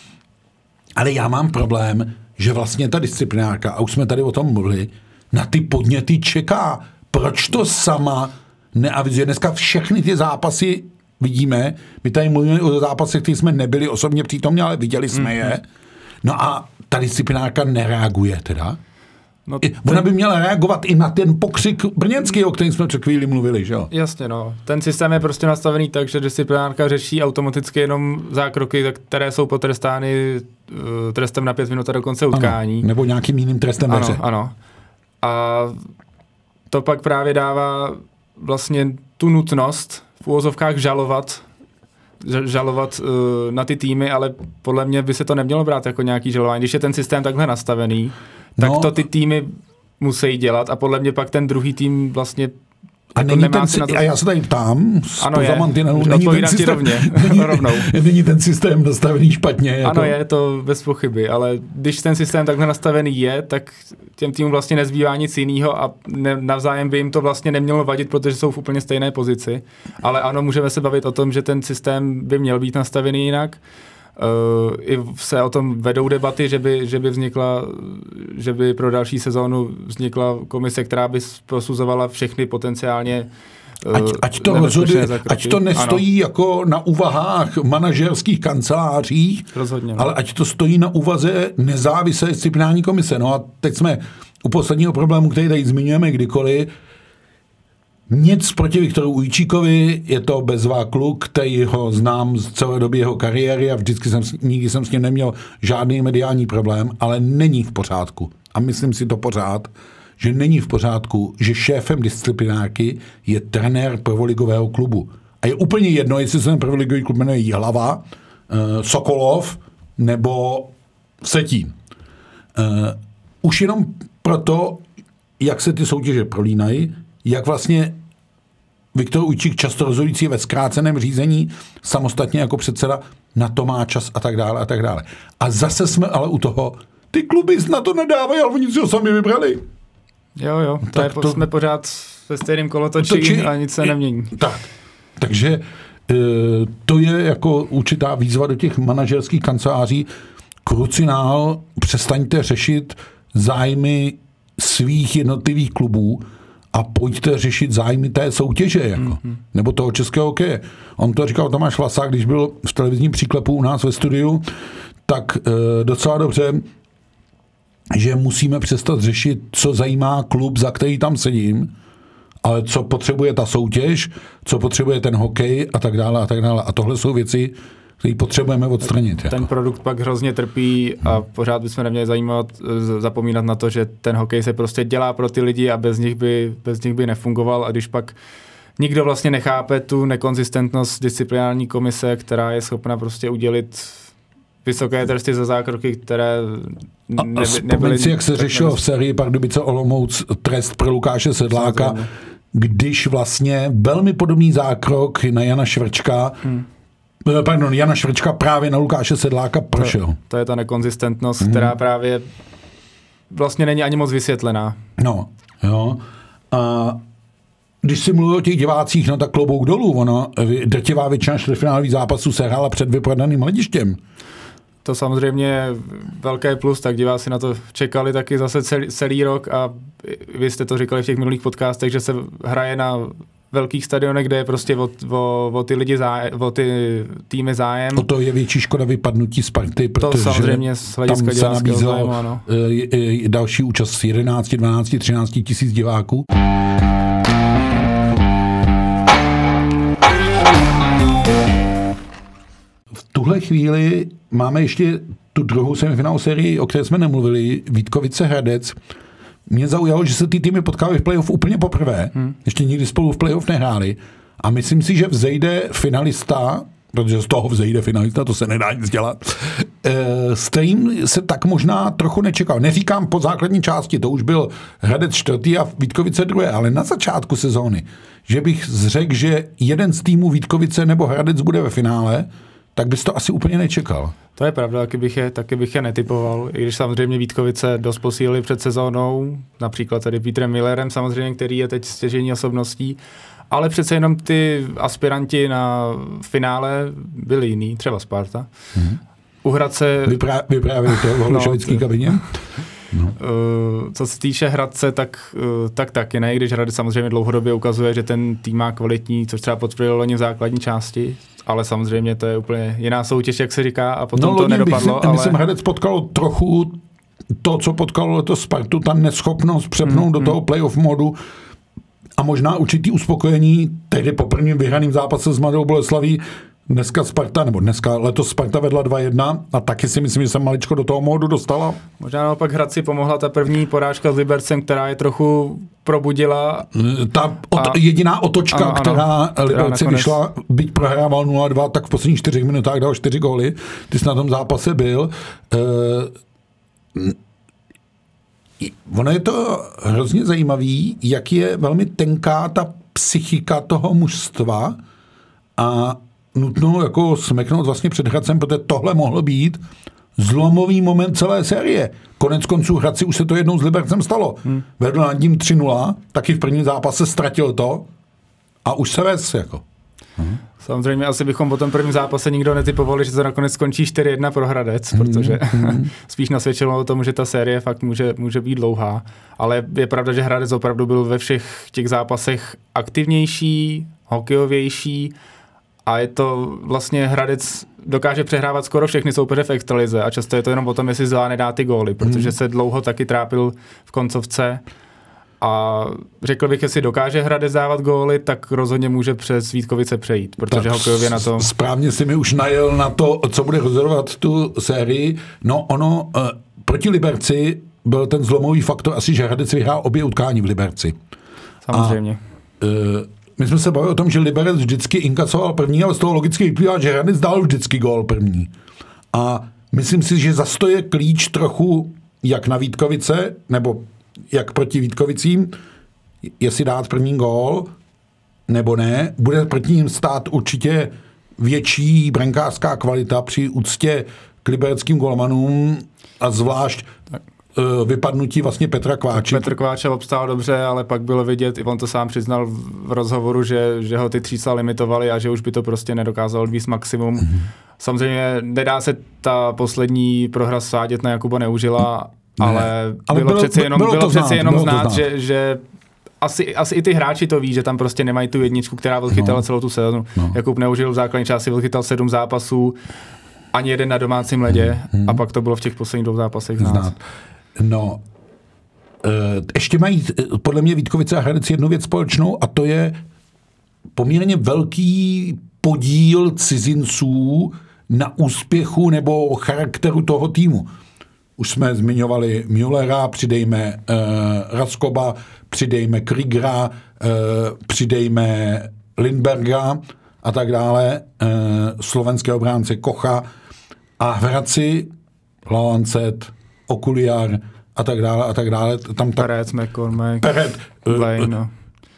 Ale já mám problém, že vlastně ta disciplinárka, a už jsme tady o tom mluvili, na ty podněty čeká. Proč to sama neavizuje? Dneska všechny ty zápasy vidíme, my tady mluvíme o zápasech, které jsme nebyli osobně přítomní, ale viděli jsme mm-hmm. je. No a ta disciplinárka nereaguje teda. No ten... Ona by měla reagovat i na ten pokřik brněnský, o kterém jsme před chvíli mluvili, že jo? Jasně, no. Ten systém je prostě nastavený tak, že disciplinárka řeší automaticky jenom zákroky, které jsou potrestány uh, trestem na pět minut a do konce utkání. Ano, nebo nějakým jiným trestem ve hře. Ano, ano. A to pak právě dává vlastně tu nutnost v úvozovkách žalovat žalovat uh, na ty týmy, ale podle mě by se to nemělo brát jako nějaký žalování. Když je ten systém takhle nastavený, tak no, to ty týmy musí dělat a podle mě pak ten druhý tým vlastně a, jako není ten, na to... a já se tady ptám, ano je, není ten systém, rovně, není, rovnou. Není ten systém nastavený špatně. Jako... Ano je, to bez pochyby, ale když ten systém takhle nastavený je, tak těm týmům vlastně nezbývá nic jiného a ne, navzájem by jim to vlastně nemělo vadit, protože jsou v úplně stejné pozici. Ale ano, můžeme se bavit o tom, že ten systém by měl být nastavený jinak. Uh, I se o tom vedou debaty, že by, že by vznikla, že by pro další sezónu vznikla komise, která by posuzovala všechny potenciálně uh, ať, ať, to rozhoduje, ať to nestojí ano. jako na úvahách manažerských kancelářích, rozhodně, ale ať to stojí na úvaze nezávislé disciplinární komise. No a teď jsme u posledního problému, který tady zmiňujeme kdykoliv. Nic proti Viktoru Ujčíkovi, je to bezvá kluk, který ho znám z celé doby jeho kariéry a vždycky jsem, nikdy jsem s ním neměl žádný mediální problém, ale není v pořádku. A myslím si to pořád, že není v pořádku, že šéfem disciplinárky je trenér prvoligového klubu. A je úplně jedno, jestli se ten prvoligový klub jmenuje Jihlava, uh, Sokolov nebo Vsetín. Uh, už jenom proto, jak se ty soutěže prolínají, jak vlastně Viktor Ujčík často rozhodující ve zkráceném řízení, samostatně jako předseda, na to má čas a tak dále a tak dále. A zase jsme ale u toho, ty kluby na to nedávají, ale oni si ho sami vybrali. Jo, jo, to je, to, jsme pořád ve stejném kolotočí a nic se nemění. Tak, takže to je jako určitá výzva do těch manažerských kanceláří. Krucinál, přestaňte řešit zájmy svých jednotlivých klubů a pojďte řešit zájmy té soutěže, jako. Mm-hmm. Nebo toho českého hokeje. On to říkal Tomáš Vlasák, když byl v televizním příklepu u nás ve studiu, tak e, docela dobře, že musíme přestat řešit, co zajímá klub, za který tam sedím, ale co potřebuje ta soutěž, co potřebuje ten hokej a tak dále a tak dále. A tohle jsou věci, který potřebujeme odstranit. Ten jako. produkt pak hrozně trpí a pořád bychom neměli zajímat, zapomínat na to, že ten hokej se prostě dělá pro ty lidi a bez nich by, bez nich by nefungoval a když pak nikdo vlastně nechápe tu nekonzistentnost disciplinární komise, která je schopna prostě udělit vysoké tresty za zákroky, které ne, nebyly... si, jak se řešilo v sérii Pardubice Olomouc trest pro Lukáše Sedláka, samozřejmě. Když vlastně velmi podobný zákrok na Jana Švrčka hmm. Pardon, Jana Švrčka právě na Lukáše Sedláka prošel. To, to je ta nekonzistentnost, mm. která právě vlastně není ani moc vysvětlená. No, jo. A když si mluvil o těch divácích, no tak klobouk dolů, ono, drtivá většina čtvrtfinálových zápasů se hrála před vyprodaným hledištěm. To samozřejmě je velké plus, tak diváci na to čekali taky zase celý, celý rok a vy jste to říkali v těch minulých podcastech, že se hraje na velkých stadionech, kde je prostě o, o, o ty lidi zájem, o ty týmy zájem. O to je větší škoda vypadnutí Sparty, protože to samozřejmě z hlediska tam se nabízelo zájmu, další účast jedenáct, dvanáct, třináct tisíc diváků. V tuhle chvíli máme ještě tu druhou semifinální sérii, o které jsme nemluvili, Vítkovice Hradec. Mě zaujalo, že se ty týmy potkávají v playoff úplně poprvé. Hmm. Ještě nikdy spolu v playoff nehráli. A myslím si, že vzejde finalista, protože z toho vzejde finalista, to se nedá nic dělat, s kterým se tak možná trochu nečekal. Neříkám po základní části, to už byl Hradec čtvrtý a Vítkovice druhé, ale na začátku sezóny, že bych řekl, že jeden z týmů Vítkovice nebo Hradec bude ve finále, tak bys to asi úplně nečekal. To je pravda, taky bych je, taky bych je netypoval, i když samozřejmě Vítkovice dost posílili před sezónou, například tady Petrem Millerem samozřejmě, který je teď stěžejní osobností, ale přece jenom ty aspiranti na finále byli jiný, třeba Sparta. Mm-hmm. U Hradce... Vyprá, vyprávěli to v Holušovický no, kabině? No. Uh, co se týče Hradce, tak, uh, tak taky ne, když Hradec samozřejmě dlouhodobě ukazuje, že ten tým má kvalitní, což třeba potvrdilo loni v základní části, ale samozřejmě to je úplně jiná soutěž, jak se říká, a potom no, to nedopadlo. Bych, ale... Myslím, Hradec potkalo trochu to, co potkalo letos Spartu, ta neschopnost přepnout mm, do mm. toho playoff modu a možná určitý uspokojení tehdy po prvním vyhraným zápase s Mladou Boleslaví. Dneska Sparta, nebo dneska letos Sparta vedla dva jedna a taky si myslím, že se maličko do toho módu dostala. Možná naopak Hradci pomohla ta první porážka s Libercem, která je trochu probudila. Ta ot- a, jediná otočka, ano, která ano, Liberci nakonec... vyšla, byť prohrával nula dva, tak v posledních čtyřech minutách dal čtyři góly. Ty jsi na tom zápase byl. Uh, ono je to hrozně zajímavý, jak je velmi tenká ta psychika toho mužstva a nutno jako smeknout vlastně před Hradcem, protože tohle mohlo být zlomový moment celé série. Konec konců Hradci už se to jednou s Libercem stalo. Hmm. Vedl nad ním tři nula, taky v prvním zápase ztratil to a už se vez jako. Hmm. Samozřejmě asi bychom po tom prvním zápase nikdo netypovali, že to nakonec skončí čtyři jedna pro Hradec, hmm. protože hmm. spíš nasvědčilo o tom, že ta série fakt může, může být dlouhá. Ale je pravda, že Hradec opravdu byl ve všech těch zápasech aktivnější, hokejovější. A je to vlastně Hradec dokáže přehrávat skoro všechny soupeře v extralize a často je to jenom o tom, jestli zvládne dát ty góly, protože se dlouho taky trápil v koncovce a řekl bych, jestli dokáže Hradec dávat góly, tak rozhodně může přes Vítkovice přejít, protože hokejově na to... Správně si mi už najel na to, co bude rozhodovat tu sérii. No ono, uh, proti Liberci byl ten zlomový faktor asi, že Hradec vyhrál obě utkání v Liberci. Samozřejmě. A, uh, My jsme se bavili o tom, že Liberec vždycky inkasoval první, ale z toho logicky vyplývá, že Hradec dal vždycky gól první. A myslím si, že zas to je klíč trochu jak na Vítkovice, nebo jak proti Vítkovicím, jestli dát první gól, nebo ne, bude proti ním stát určitě větší brankářská kvalita při úctě k libereckým golmanům a zvlášť tak. vypadnutí vlastně Petra Kváče. Petr Kváča obstál dobře, ale pak bylo vidět, i on to sám přiznal v rozhovoru, že, že ho ty třísla limitovaly a že už by to prostě nedokázal odvíct maximum. Mm-hmm. Samozřejmě nedá se ta poslední prohra svádět na Jakuba Neužila, ne, ale, ale bylo, bylo přeci jenom, bylo bylo přeci znát, jenom znát, znát, že, že asi, asi i ty hráči to ví, že tam prostě nemají tu jedničku, která odchytala no. celou tu sezonu. No. Jakub Neužil v základní části odchytal sedm zápasů, ani jeden na domácím ledě mm-hmm. a pak to bylo v těch posledních dvou zápasech znát. znát. No, ještě mají podle mě Vítkovice a Hradec jednu věc společnou a to je poměrně velký podíl cizinců na úspěchu nebo charakteru toho týmu. Už jsme zmiňovali Müllera, přidejme uh, Raskoba, přidejme Kriegera, uh, přidejme Lindberga a tak dále, uh, slovenské obránce Kocha a v Hradci Lancet, Okuliar a tak dále a tak dále. Tam ta... Perec, McCormack, Peret, Lane, no.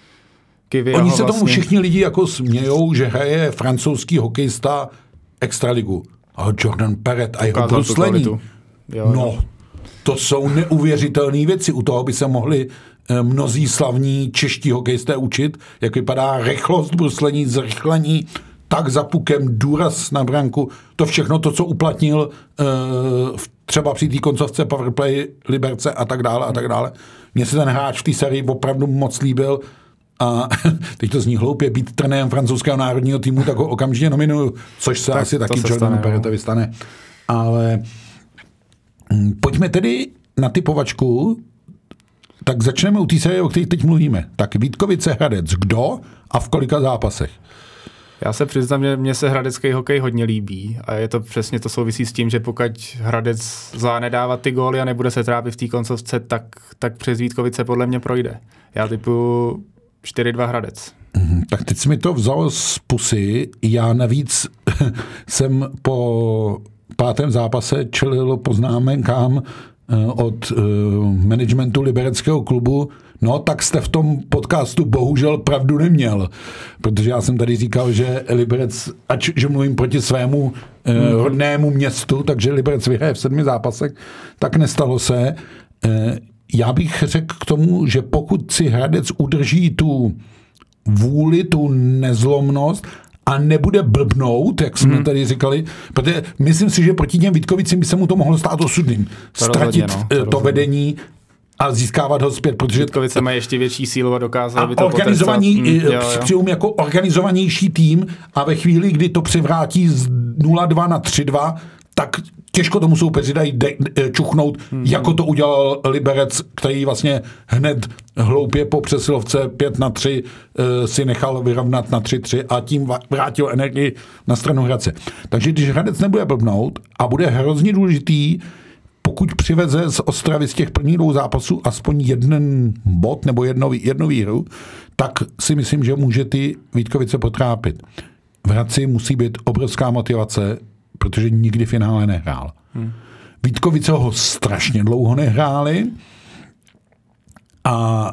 Oni se vlastně... tomu všichni lidi jako smějou, že hraje francouzský hokejista extraligu. A Jordan Peret a jeho bruslení. No, to jsou neuvěřitelné věci. U toho by se mohli mnozí slavní čeští hokejisté učit, jak vypadá rychlost bruslení, zrychlení, tak za pukem, důraz na branku. To všechno, to, co uplatnil uh, třeba při té koncovce powerplay Liberce a tak dále a tak dále. Mně se ten hráč v té sérii opravdu moc líbil a teď to zní hloupě, být trenérem francouzského národního týmu, tak ho okamžitě nominuju, což se tak asi taky Jordan Peretovi stane. Ale hm, pojďme tedy na typovačku, tak začneme u té série, o které teď mluvíme. Tak Vítkovice Hradec, kdo a v kolika zápasech? Já se přiznám, že mně se hradecký hokej hodně líbí a je to přesně to souvisí s tím, že pokud Hradec zvládne dávat ty góly a nebude se trápit v té koncovce, tak, tak přes Vítkovice podle mě projde. Já typuju čtyři dva Hradec. Mm, tak teď jsi mi to vzal z pusy. Já navíc jsem po pátém zápase čelil poznámenkám od managementu libereckého klubu. No, tak jste v tom podcastu bohužel pravdu neměl, protože já jsem tady říkal, že Liberec, ač že mluvím proti svému eh, rodnému městu, takže Liberec vyhraje v sedmi zápasech, tak nestalo se. Eh, já bych řekl k tomu, že pokud si Hradec udrží tu vůli, tu nezlomnost a nebude blbnout, jak jsme hmm. tady říkali, protože myslím si, že proti těm Vítkovicím by se mu to mohlo stát osudným. To Ztratit rozhodně, no, to, to vedení a získávat ho zpět, protože... Vítkovice mají ještě větší sílu a dokázali by to organizovaný, mm, jako organizovanější tým a ve chvíli, kdy to převrátí z nula dva na tři dva, tak těžko tomu soupeři dají de, de, čuchnout, hmm. jako to udělal Liberec, který vlastně hned hloupě po přesilovce pět na tři uh, si nechal vyrovnat na tři tři a tím vrátil energii na stranu Hradce. Takže když Hradec nebude blbnout a bude hrozně důležitý, pokud přiveze z Ostravy z těch prvních dvou zápasů aspoň jeden bod nebo jednou, jednou výhru, tak si myslím, že může ty Vítkovice potrápit. V Hradci musí být obrovská motivace, protože nikdy finále nehrál. Hmm. Vítkovice ho strašně dlouho nehráli a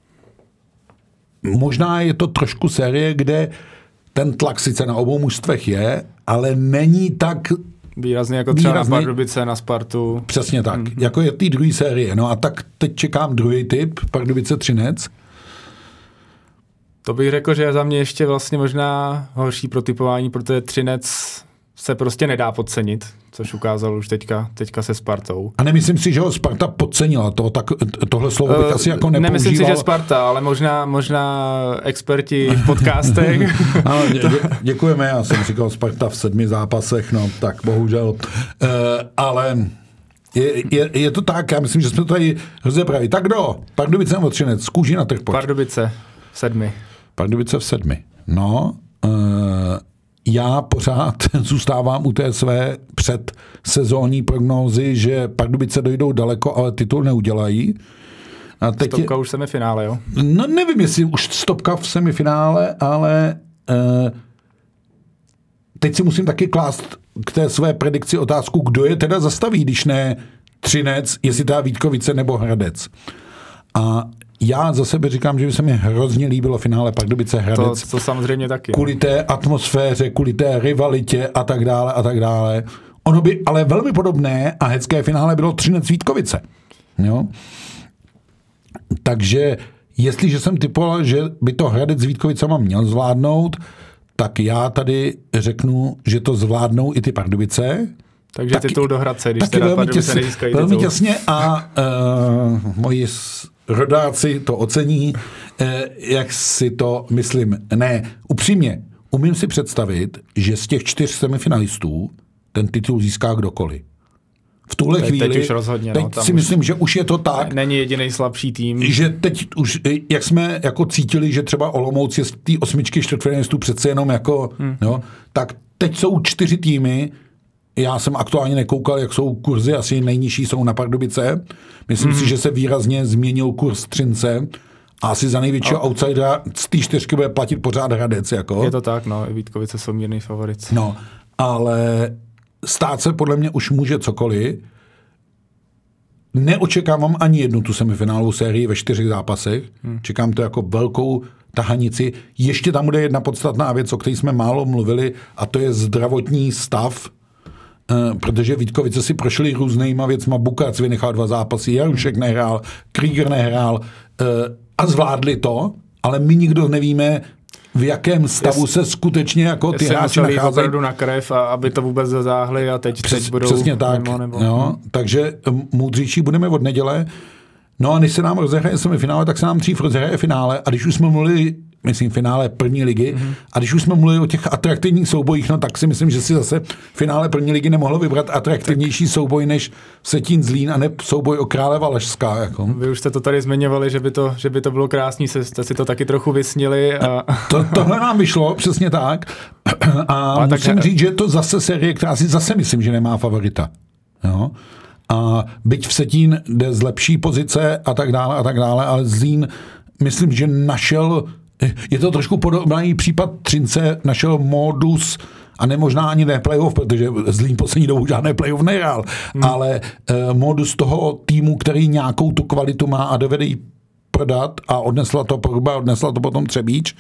možná je to trošku série, kde ten tlak sice na obou mužstvech je, ale není tak výrazně jako třeba výrazný, na Pardubice, na Spartu. Přesně tak, mm-hmm. jako je té druhé série. No a tak teď čekám druhý typ, Pardubice Třinec. To bych řekl, že je za mě ještě vlastně možná horší pro typování, protože Třinec se prostě nedá podcenit, což ukázal už teďka, teďka se Spartou. A nemyslím si, že ho Sparta podcenila. To, tak, tohle slovo bych uh, asi jako nepoužíval. Nemyslím si, že Sparta, ale možná, možná experti v podcastech. Ano, dě, dě, děkujeme, já jsem říkal Sparta v sedmi zápasech, no tak bohužel. Uh, ale je, je, je to tak, já myslím, že jsme to tady rozebrali. Tak kdo? Pardubice nebo Třinec? Kůži na trh, pojď. Pardubice v sedmi. Pardubice v sedmi. No, uh, já pořád zůstávám u té své předsezónní prognózy, že Pardubice dojdou daleko, ale titul neudělají. A teď stopka je... už v semifinále, jo? No nevím, jestli už stopka v semifinále, ale eh, teď si musím taky klást k té své predikci otázku, kdo je teda zastaví, když ne Třinec, jestli teda Vítkovice nebo Hradec. A já za sebe říkám, že by se mi hrozně líbilo finále Pardubice Hradec. To, to samozřejmě taky. Kvůli té atmosféře, kvůli té rivalitě a tak dále a tak dále. Ono by ale velmi podobné a hezké finále bylo Třinec Vítkovice. Jo? Takže jestliže jsem typoval, že by to Hradec s Vítkovicama měl zvládnout, tak já tady řeknu, že to zvládnou i ty Pardubice. Takže taky, titul do Hradce, když teda Pardubice nezískají titul. Velmi těsně a uh, moji rodáci to ocení, uh, jak si to myslím. Ne, upřímně, umím si představit, že z těch čtyř semifinalistů ten titul získá kdokoliv. V tuhle teď, chvíli, teď už rozhodně, teď no, tam si už myslím, že už je to tak. Není jediný slabší tým. Že teď už, jak jsme jako cítili, že třeba Olomouc je z té osmičky čtvrtfinalistů přece jenom jako, hmm. jo, tak teď jsou čtyři týmy. Já jsem aktuálně nekoukal, jak jsou kurzy, asi nejnižší jsou na Pardubice. Myslím hmm. si, že se výrazně změnil kurz Třince a asi za největšího a... outsidera z té čtyřky bude platit pořád Hradec. Jako. Je to tak, no, Vítkovice jsou mírný favoric. No, ale stát se podle mě už může cokoliv. Neočekávám ani jednu tu semifinálovou sérii ve čtyřech zápasech. Hmm. Čekám to jako velkou tahanici. Ještě tam bude jedna podstatná věc, o které jsme málo mluvili, a to je zdravotní stav, Uh, protože Vítkovice si prošli různýma věcma, Bukac vynechal dva zápasy, Jarušek nehrál, Krieger nehrál uh, a zvládli to, ale my nikdo nevíme, v jakém stavu Jest, se skutečně jako ty hráči nacházejí. opravdu na krev, a aby to vůbec zazáhli a teď, Přes, teď budou... Přesně tak, nebo, nebo. No, takže moudřejší budeme od neděle. No a než se nám rozehraje semifinále, tak se nám dřív rozehraje finále a když už jsme mluvili, myslím, finále první ligy. Mm-hmm. A když už jsme mluvili o těch atraktivních soubojích, no tak si myslím, že si zase finále první ligy nemohlo vybrat atraktivnější souboj než Vsetín Zlín a ne souboj o Krále Valašská. Jako. Vy už jste to tady zmiňovali, že by to, že by to bylo krásný, jste si to taky trochu vysnili. A... To, tohle nám vyšlo, přesně tak. A, a musím tak... říct, že je to zase série, která si zase myslím, že nemá favorita. Jo? A byť Vsetín jde z lepší pozice a tak dále a tak dále, ale Zlín myslím, že našel, je to trošku podobný případ Třince, našel modus a ne možná ani ne playoff, protože Zlín poslední dobu žádné playoff nehrál, hmm. ale eh, modus toho týmu, který nějakou tu kvalitu má a dovede ji prodat a odnesla to Poruba, odnesla to potom Třebíč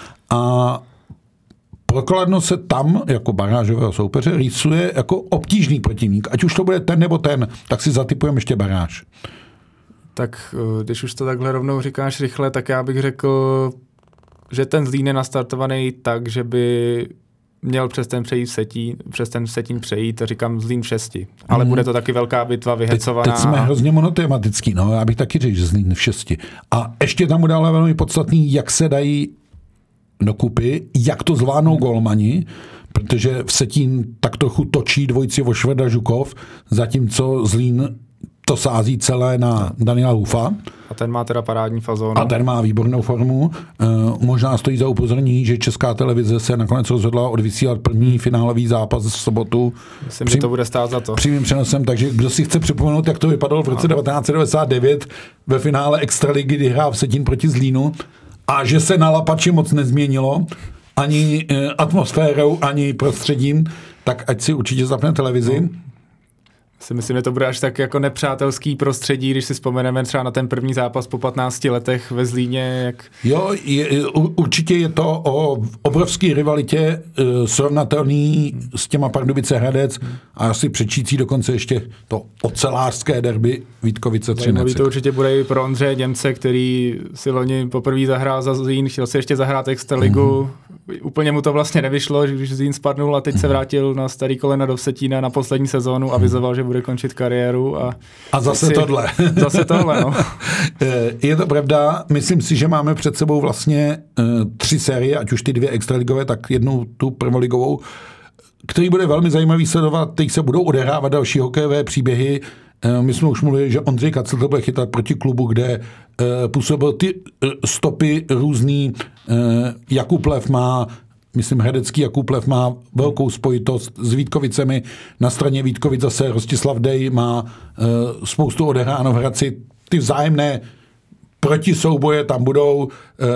a pro Kladno se tam jako barážového soupeře rýsuje jako obtížný protivník. Ať už to bude ten nebo ten, tak si zatipujeme ještě baráž. Tak když už to takhle rovnou říkáš rychle, tak já bych řekl, že ten Zlín je nastartovaný tak, že by měl přes ten přejít Vsetín, přes ten Vsetín přejít, říkám Zlín v šesti. Ale mm. bude to taky velká bitva vyhecovaná. Teď, teď jsme hrozně monotematický, no, já bych taky řekl, že Zlín v šesti. A ještě tam bude ale velmi podstatný, jak se dají dokupy, jak to zvládnou golmani, protože Vsetín tak trochu točí dvojici Vošvrda Žukov, zatímco Zlín to sází celé na Daniela Hufa. A ten má teda parádní fazónu. A ten má výbornou formu. E, možná stojí za upozornění, že Česká televize se nakonec rozhodla odvysílat první finálový zápas v sobotu. Myslím, při, že to bude stát za to. Přímým přenosem, takže kdo si chce připomenout, jak to vypadalo v roce devatenáct set devadesát devět ve finále Extraligy, kdy hrál Vsetín proti Zlínu, a že se na Lapači moc nezměnilo, ani e, atmosférou, ani prostředím, tak ať si určitě zapne televizi. No. Si myslím, že to bude až tak jako nepřátelský prostředí, když si vzpomeneme třeba na ten první zápas po patnácti letech ve Zlíně. Jak... Jo, je, určitě je to o obrovské rivalitě uh, srovnatelný hmm. s těma Pardubice Hradec a asi přečící dokonce ještě to ocelářské derby Vítkovice Třinec. To určitě bude i pro Ondřeje Němce, který si loni poprvé zahrál za Zlín, chtěl si ještě zahrát Extraligu. Hmm. Úplně mu to vlastně nevyšlo, když Zlín spadnul a teď hmm. se vrátil na starý kolena do Vsetína na poslední sezónu a avizoval, že bude končit kariéru. A, a zase si, tohle. Zase tohle, no. Je to pravda, myslím si, že máme před sebou vlastně uh, tři série, ať už ty dvě extraligové, tak jednou tu prvoligovou, který bude velmi zajímavý sledovat, teď se budou odehrávat další hokejové příběhy. Uh, my jsme už mluvili, že Ondřej Kacl to bude chytat proti klubu, kde uh, působil ty uh, stopy různý. Uh, Jakub Lev má Myslím, Hradecký Jakub Lev má velkou spojitost s Vítkovicemi. Na straně Vítkovic zase Rostislav Dej má uh, spoustu odehráno v Hradci. Ty vzájemné protisouboje tam budou. Uh,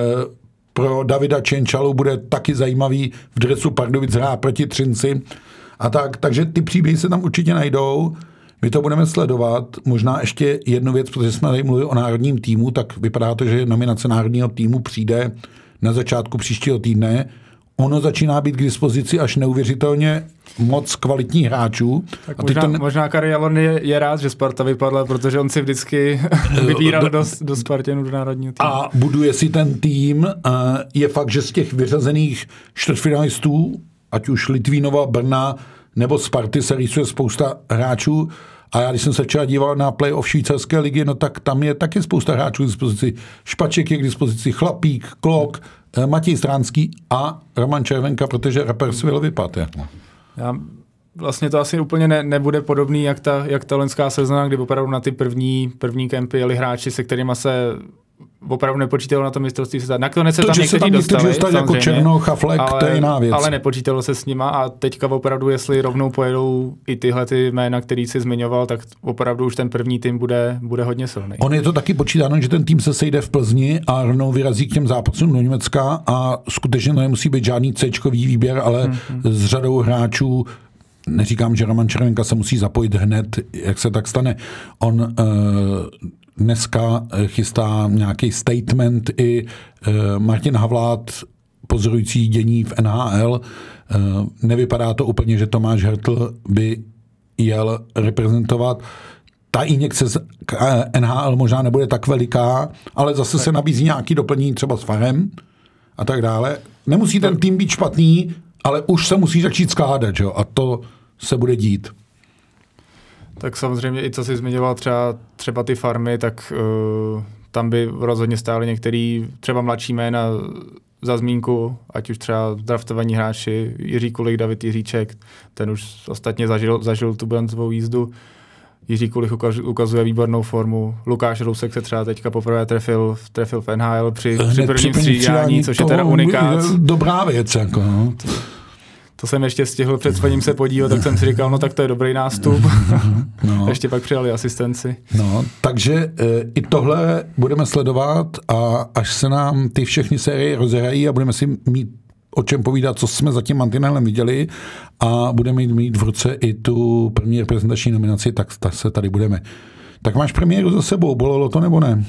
pro Davida Čenčalu bude taky zajímavý v dresu Pardubic hrát proti Třinci. A tak, takže ty příběhy se tam určitě najdou. My to budeme sledovat. Možná ještě jednu věc, protože jsme tady mluvili o národním týmu, tak vypadá to, že nominace národního týmu přijde na začátku příštího týdne. Ono začíná být k dispozici až neuvěřitelně moc kvalitních hráčů. Tak a možná, ten... možná Kari Jalon je, je rád, že Sparta vypadla, protože on si vždycky vybíral do, do Spartěnu do národního týmu. A buduje si ten tým. Je fakt, že z těch vyřazených čtvrtfinalistů, ať už Litvínova, Brna nebo Sparty, se rýsuje spousta hráčů. A já, když jsem se včera díval na play-off švýcarské ligy, no tak tam je taky spousta hráčů k dispozici. Špaček je k dispozici, Chlapík, Klok, Matěj Stránský a Roman Červenka, protože rapper Svil vypad. Já, vlastně to asi úplně ne, nebude podobný, jak ta, jak ta loňská sezona, kdy opravdu na ty první, první kempy jeli hráči, se kterými se opravdu nepočítalo na tom mistrovství světa. Nakonec se to, tam někteří tam dostali, dostali jako Černoch a Flek, ale, to je jiná věc. Ale nepočítalo se s nima a teďka opravdu, jestli rovnou pojedou i tyhle ty jména, který jsi zmiňoval, tak opravdu už ten první tým bude, bude hodně silný. On je to taky počítáno, že ten tým se sejde v Plzni a rovnou vyrazí k těm zápasům do Německa a skutečně to nemusí být žádný C-čkový výběr, ale hmm, hmm. s řadou hráčů. Neříkám, že Roman Červenka se musí zapojit hned, jak se tak stane. On uh, dneska chystá nějaký statement i uh, Martin Havlát, pozorující dění v N H L. Uh, nevypadá to úplně, že Tomáš Hertl by jel reprezentovat. Ta injekce z N H L možná nebude tak veliká, ale zase se nabízí nějaký doplnění třeba s Farem a tak dále. Nemusí ten tým být špatný, ale už se musí začít skládat, jo? A to se bude dít. Tak samozřejmě i co jsi zmiňoval třeba, třeba ty farmy, tak uh, tam by rozhodně stály některý třeba mladší jména za zmínku, ať už třeba draftovaní hráči, Jiří Kulich, David Jiříček, ten už ostatně zažil, zažil tu bronzovou jízdu. Jiří Kulich ukazuje výbornou formu. Lukáš Rousek se třeba teďka poprvé trefil, trefil v N H L při, při prvním střídání, což je teda unikát. Dobrá věc. Jako, no. to, to jsem ještě stihl před spaním se podívat, tak jsem si říkal, no tak to je dobrý nástup. No. Ještě pak přidali asistenci. No, takže e, i tohle budeme sledovat a až se nám ty všechny série rozehrají a budeme si mít o čem povídat, co jsme za tím mantinelem viděli a budeme mít v ruce i tu první reprezentační nominaci, tak se tady budeme. Tak máš premiéru za sebou, bolelo to nebo ne?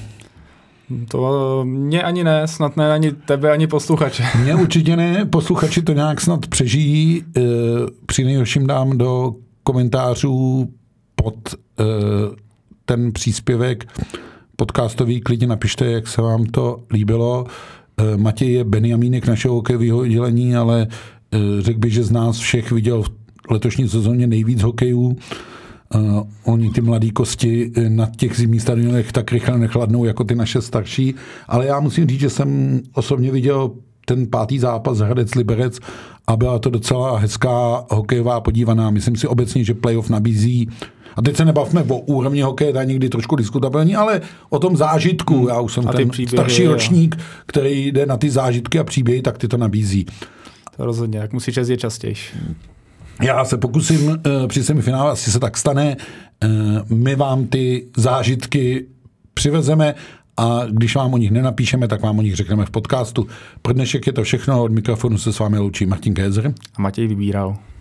To mě ani ne, snad ne ani tebe, ani posluchače. Mně určitě ne, posluchači to nějak snad přežijí. E, při nejhorším dám do komentářů pod e, ten příspěvek podcastový, klidně napište, jak se vám to líbilo. E, Matěj je Benjamínek našeho hokejového oddělení, ale e, řekl bych, že z nás všech viděl v letošní sezóně nejvíc hokejů. Uh, oni ty mladý kosti na těch zimních stadionech tak rychle nechladnou jako ty naše starší, ale já musím říct, že jsem osobně viděl ten pátý zápas Hradec Liberec a byla to docela hezká hokejová podívaná. Myslím si obecně, že playoff nabízí, a teď se nebavme o úrovni hokeje, to je někdy trošku diskutabilní, ale o tom zážitku. Hmm. Já už jsem a ten příběhy, starší jo. ročník, který jde na ty zážitky a příběhy, tak ty to nabízí. To rozhodně, jak musíš jezdit častěji. Já se pokusím uh, při semifinále, asi se tak stane, uh, my vám ty zážitky přivezeme a když vám o nich nenapíšeme, tak vám o nich řekneme v podcastu. Pro dnešek je to všechno, od mikrofonu se s vámi loučí Martin Kézer a Matěj Vybíral.